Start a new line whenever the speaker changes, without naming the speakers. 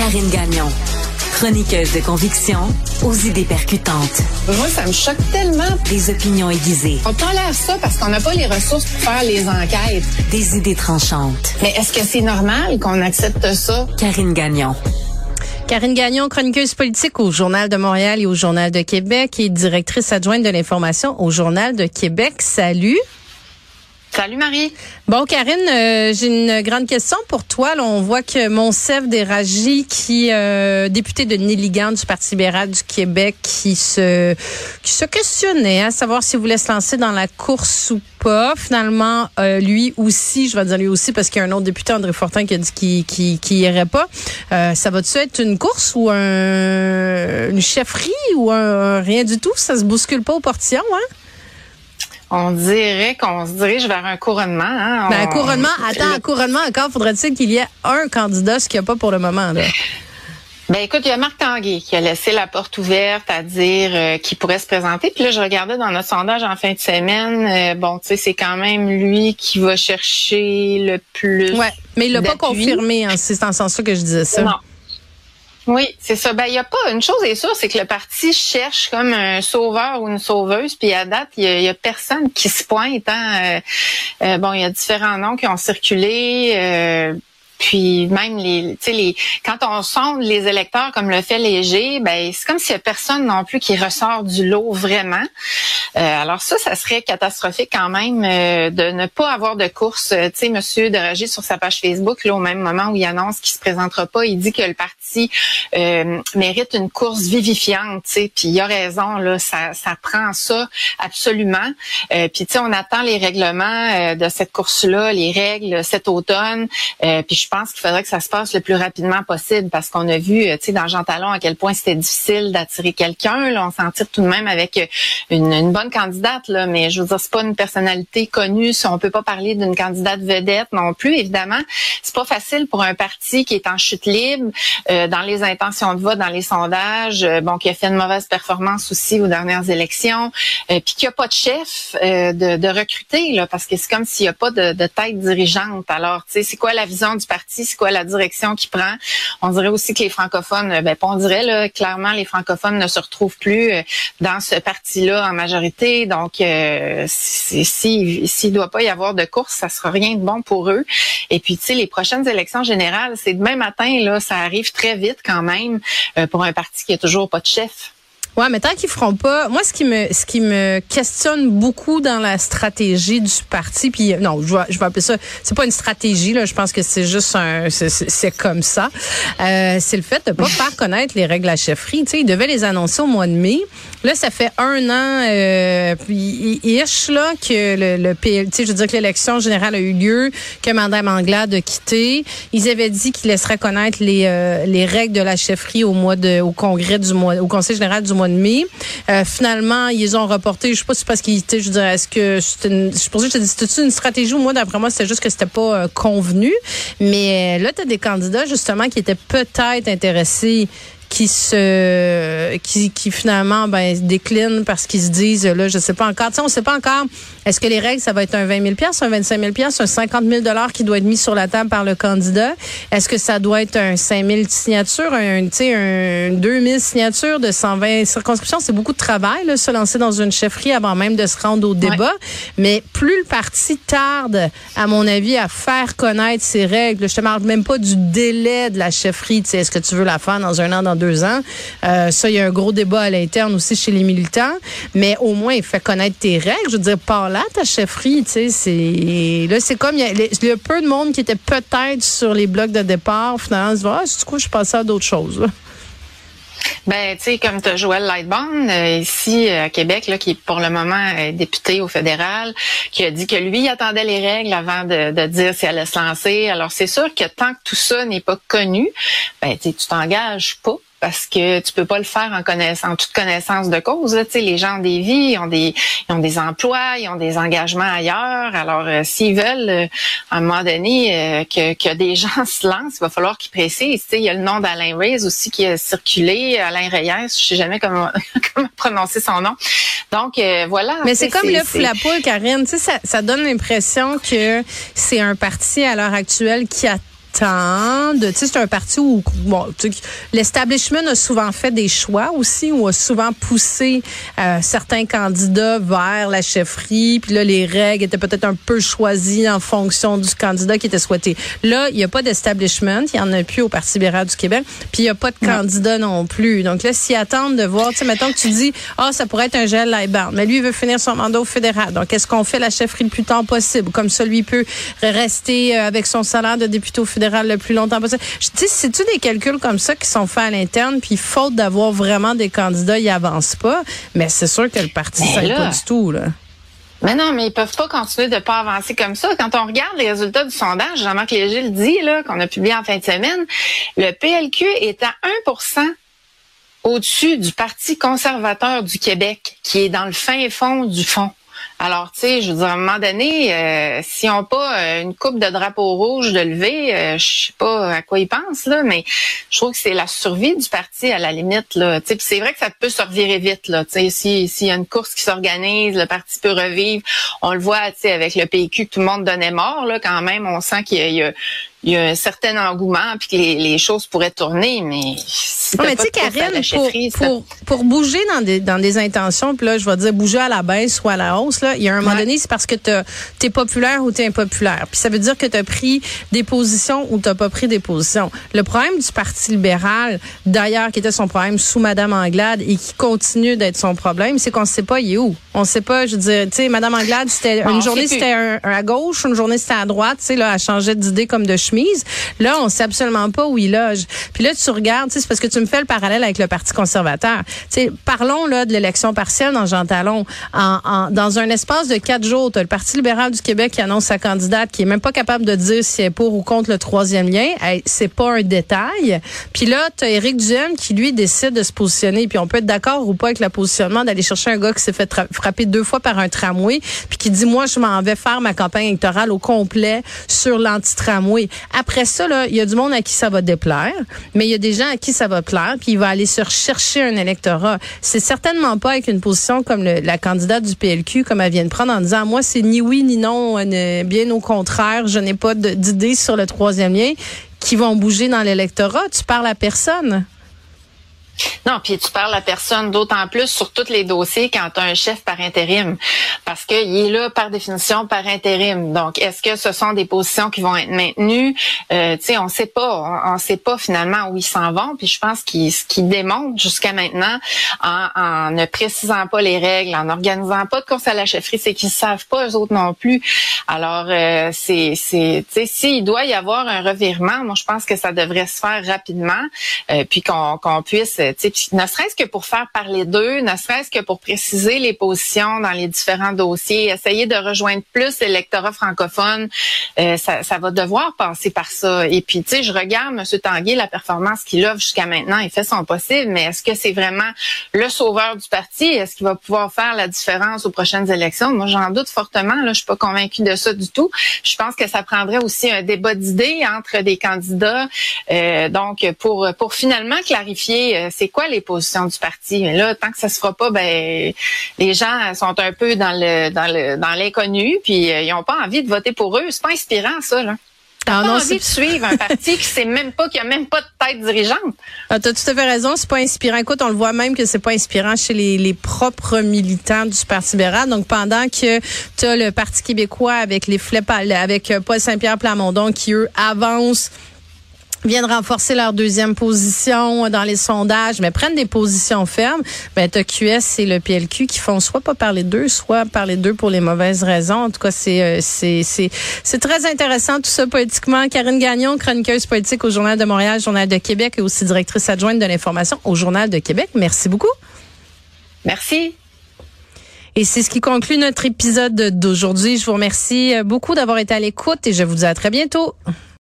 Karine Gagnon, chroniqueuse de conviction aux idées percutantes.
Moi, ça me choque tellement.
Des opinions aiguisées.
On tolère ça parce qu'on n'a pas les ressources pour faire les enquêtes.
Des idées tranchantes.
Mais est-ce que c'est normal qu'on accepte ça?
Karine Gagnon.
Karine Gagnon, chroniqueuse politique au Journal de Montréal et au Journal de Québec et directrice adjointe de l'information au Journal de Québec. Salut.
Salut Marie.
Bon, Karine, j'ai une grande question pour toi. Là, on voit que Monsef Déragi, qui député de Néligane du Parti libéral du Québec, qui se questionnait à savoir s'il voulait se lancer dans la course ou pas. Finalement, lui aussi, je vais dire lui aussi parce qu'il y a un autre député, André Fortin, qui a dit qu'il irait pas. Ça va-tu être une course ou une chefferie ou un rien du tout? Ça se bouscule pas au portillon, hein?
On dirait qu'on se dirige vers un couronnement. Hein?
Un couronnement, un couronnement encore, faudrait-il qu'il y ait un candidat, ce qu'il n'y a pas pour le moment, là.
Ben écoute, il y a Marc Tanguay qui a laissé la porte ouverte à dire qu'il pourrait se présenter. Puis là, je regardais dans notre sondage en fin de semaine. Bon, tu sais, c'est quand même lui qui va chercher le plus.
Ouais, mais il l'a pas confirmé. Hein, c'est en sens que je disais ça.
Non. Oui, c'est ça. Ben, il y a pas, une chose est sûre, c'est que le parti cherche comme un sauveur ou une sauveuse, puis à date, il y a personne qui se pointe. Hein. Bon, il y a différents noms qui ont circulé. Puis même quand on sonde les électeurs comme le fait Léger, ben c'est comme s'il y a personne non plus qui ressort du lot vraiment. Alors ça serait catastrophique quand même de ne pas avoir de course. Tu sais, Monsieur Déragi sur sa page Facebook, là, au même moment où il annonce qu'il se présentera pas, il dit que le parti mérite une course vivifiante. Tu sais, puis il a raison là, ça prend ça absolument. Puis tu sais, on attend les règlements de cette course-là, les règles cet automne. Puis je pense qu'il faudrait que ça se passe le plus rapidement possible parce qu'on a vu, tu sais, dans Jean Talon à quel point c'était difficile d'attirer quelqu'un. Là, on s'en tire tout de même avec une bonne candidate, là, mais je veux dire, c'est pas une personnalité connue. On peut pas parler d'une candidate vedette non plus, évidemment. C'est pas facile pour un parti qui est en chute libre dans les intentions de vote, dans les sondages, bon, qui a fait une mauvaise performance aussi aux dernières élections, puis qui a pas de chef de recruter, là, parce que c'est comme s'il y a pas de tête dirigeante. Alors, tu sais, c'est quoi la vision du parti, c'est quoi la direction qu'il prend? On dirait aussi que les francophones, on dirait là, clairement les francophones ne se retrouvent plus dans ce parti-là en majorité. Donc, s'il doit pas y avoir de course, ça sera rien de bon pour eux. Et puis, tu sais, les prochaines élections générales, c'est demain matin, là, ça arrive très vite quand même pour un parti qui a toujours pas de chef.
Ouais, mais tant qu'ils feront pas, moi ce qui me questionne beaucoup dans la stratégie du parti, puis non, je vais appeler ça, c'est pas une stratégie là, je pense que c'est juste c'est comme ça. C'est le fait de pas faire connaître les règles à chefferie. Tu sais, ils devaient les annoncer au mois de mai. Là, ça fait un an, puis ish là que le PL, tu sais, je veux dire que l'élection générale a eu lieu, que Mme Anglade a quitté. Ils avaient dit qu'ils laisseraient connaître les règles de la chefferie au Conseil général du mois de mai. Finalement, ils ont reporté. Je sais pas si c'est parce qu'ils étaient, je veux dire, est-ce que je pensais que c'était une stratégie ou moi, d'après moi, c'était juste que c'était pas convenu. Mais là, t'as des candidats, justement, qui étaient peut-être intéressés, qui finalement déclinent parce qu'ils se disent là, je sais pas encore. Tu sais, on sait pas encore. Est-ce que les règles, ça va être un 20 000 $, un 25 000 $, un 50 000 $ qui doit être mis sur la table par le candidat? Est-ce que ça doit être un 5 000 signatures, un 2 000 signatures de 120 circonscriptions? C'est beaucoup de travail, là, se lancer dans une chefferie avant même de se rendre au débat. Ouais. Mais plus le parti tarde, à mon avis, à faire connaître ses règles, je te parle même pas du délai de la chefferie. Tu sais, est-ce que tu veux la faire dans un an, dans 2 ans? Ça, il y a un gros débat à l'interne aussi chez les militants. Mais au moins, il fait connaître tes règles. Je veux dire, par là, ta chefferie, tu sais, c'est comme, il y a peu de monde qui était peut-être sur les blocs de départ. Finalement, on se dit, je suis passé à d'autres choses, là.
Ben, tu sais, comme tu as Joël Lightbourne, ici à Québec, là, qui est pour le moment député au fédéral, qui a dit que lui, il attendait les règles avant de dire si elle allait se lancer. Alors, c'est sûr que tant que tout ça n'est pas connu, ben, tu t'engages pas. Parce que tu peux pas le faire en toute connaissance de cause. Tu sais, les gens ont des vies, ils ont des emplois, ils ont des engagements ailleurs. Alors, s'ils veulent, à un moment donné, que des gens se lancent, il va falloir qu'ils précisent. Tu sais, il y a le nom d'Alain Reyes aussi qui a circulé. Alain Reyes, je sais jamais comment prononcer son nom. Donc, voilà.
Mais c'est comme l'œuf ou la poule, Karine. Tu sais, ça donne l'impression que c'est un parti à l'heure actuelle qui a temps de, tu sais, c'est un parti où, bon, l'establishment a souvent fait des choix aussi, ou a souvent poussé certains candidats vers la chefferie, puis là, les règles étaient peut-être un peu choisies en fonction du candidat qui était souhaité. Là, il n'y a pas d'establishment, il n'y en a plus au Parti libéral du Québec, puis il n'y a pas de candidat non plus. Donc là, s'ils attendent de voir, tu sais, mettons que tu dis, ça pourrait être un Joël Lightbound, mais lui, il veut finir son mandat au fédéral. Donc, est-ce qu'on fait la chefferie le plus tard possible? Comme ça, lui peut rester avec son salaire de député au fédéral le plus longtemps possible. Je dis, c'est-tu des calculs comme ça qui sont faits à l'interne, puis faute d'avoir vraiment des candidats, ils avancent pas. Mais c'est sûr que le parti, ça n'est pas du tout, là.
Mais non, mais ils peuvent pas continuer de pas avancer comme ça. Quand on regarde les résultats du sondage, Jean-Marc Léger le dit, là, qu'on a publié en fin de semaine, le PLQ est à 1% au-dessus du Parti conservateur du Québec, qui est dans le fin fond du fond. Alors, tu sais, je veux dire, à un moment donné, s'ils n'ont pas une coupe de drapeau rouge de lever, je sais pas à quoi ils pensent, là, mais je trouve que c'est la survie du parti à la limite, là. Tu sais, c'est vrai que ça peut se revirer vite, là. Tu sais, s'il y a une course qui s'organise, le parti peut revivre. On le voit, tu sais, avec le PQ, que tout le monde donnait mort, là, quand même. On sent qu'il y a un certain engouement, puis que les choses pourraient tourner, mais si t'as pas de course à la chefferie,
pour bouger dans des intentions, puis là, je vais dire bouger à la baisse ou à la hausse, là, il y a un moment donné, c'est parce que t'es populaire ou t'es impopulaire. Puis ça veut dire que t'as pris des positions ou t'as pas pris des positions. Le problème du Parti libéral, d'ailleurs, qui était son problème sous Mme Anglade et qui continue d'être son problème, c'est qu'on sait pas il est où. On sait pas, je veux dire, tu sais, Mme Anglade, c'était une journée c'était à gauche, une journée c'était à droite, tu sais, là, elle changeait d'idée comme de chemise. Là, on sait absolument pas où il loge. Puis là, tu regardes, tu sais, c'est parce que tu me fais le parallèle avec le Parti conservateur. Tu sais, parlons là de l'élection partielle dans Jean Talon. Dans un espace de 4 jours, tu as le Parti libéral du Québec qui annonce sa candidate, qui est même pas capable de dire si elle est pour ou contre le troisième lien. Hey, c'est pas un détail. Puis là, tu as Éric Duhaime qui, lui, décide de se positionner. Puis on peut être d'accord ou pas avec le positionnement d'aller chercher un gars qui s'est fait frapper 2 fois par un tramway, puis qui dit, moi, je m'en vais faire ma campagne électorale au complet sur l'anti-tramway. Après ça, là, il y a du monde à qui ça va déplaire, mais il y a des gens à qui ça va plaire, puis il va aller se rechercher un électorat. C'est certainement pas avec une position comme la candidate du PLQ, comme elle vient de prendre en disant, moi, c'est ni oui ni non, bien au contraire, je n'ai pas d'idée sur le troisième lien, qui vont bouger dans l'électorat. Tu parles à personne.
Non, puis tu parles à personne, d'autant plus sur tous les dossiers quand tu as un chef par intérim, parce qu'il est là par définition par intérim. Donc, est-ce que ce sont des positions qui vont être maintenues? Tu sais, on sait pas finalement où ils s'en vont. Puis je pense ce qu'ils démontrent jusqu'à maintenant, en ne précisant pas les règles, en n'organisant pas de course à la chefferie, c'est qu'ils savent pas eux autres non plus. Alors, tu sais, s'il doit y avoir un revirement, moi je pense que ça devrait se faire rapidement, puis qu'on puisse, ne serait-ce que pour faire parler d'eux, ne serait-ce que pour préciser les positions dans les différents dossiers, essayer de rejoindre plus l'électorat francophone, ça va devoir passer par ça. Et puis, tu sais, je regarde M. Tanguay, la performance qu'il offre jusqu'à maintenant, il fait son possible, mais est-ce que c'est vraiment le sauveur du parti? Est-ce qu'il va pouvoir faire la différence aux prochaines élections? Moi, j'en doute fortement. Là, je suis pas convaincue de ça du tout. Je pense que ça prendrait aussi un débat d'idées entre des candidats, donc pour finalement clarifier c'est quoi les positions du parti. Mais là, tant que ça se fera pas, ben les gens sont un peu dans l'inconnu, puis ils n'ont pas envie de voter pour eux. C'est pas inspirant, ça, là. T'as pas envie de suivre un parti qui sait même pas, qui a même pas de tête dirigeante.
Ah, t'as tout à fait raison, c'est pas inspirant. Écoute, on le voit même que c'est pas inspirant chez les propres militants du Parti libéral. Donc, pendant que t'as le Parti québécois avec avec Paul Saint-Pierre Plamondon qui, eux, avancent, viennent renforcer leur deuxième position dans les sondages, mais prennent des positions fermes, ben t'as QS et le PLQ qui font soit pas parler d'eux, soit parler d'eux pour les mauvaises raisons. En tout cas, c'est très intéressant tout ça politiquement. Karine Gagnon, chroniqueuse politique au Journal de Montréal, Journal de Québec et aussi directrice adjointe de l'information au Journal de Québec. Merci beaucoup.
Merci.
Et c'est ce qui conclut notre épisode d'aujourd'hui. Je vous remercie beaucoup d'avoir été à l'écoute et je vous dis à très bientôt.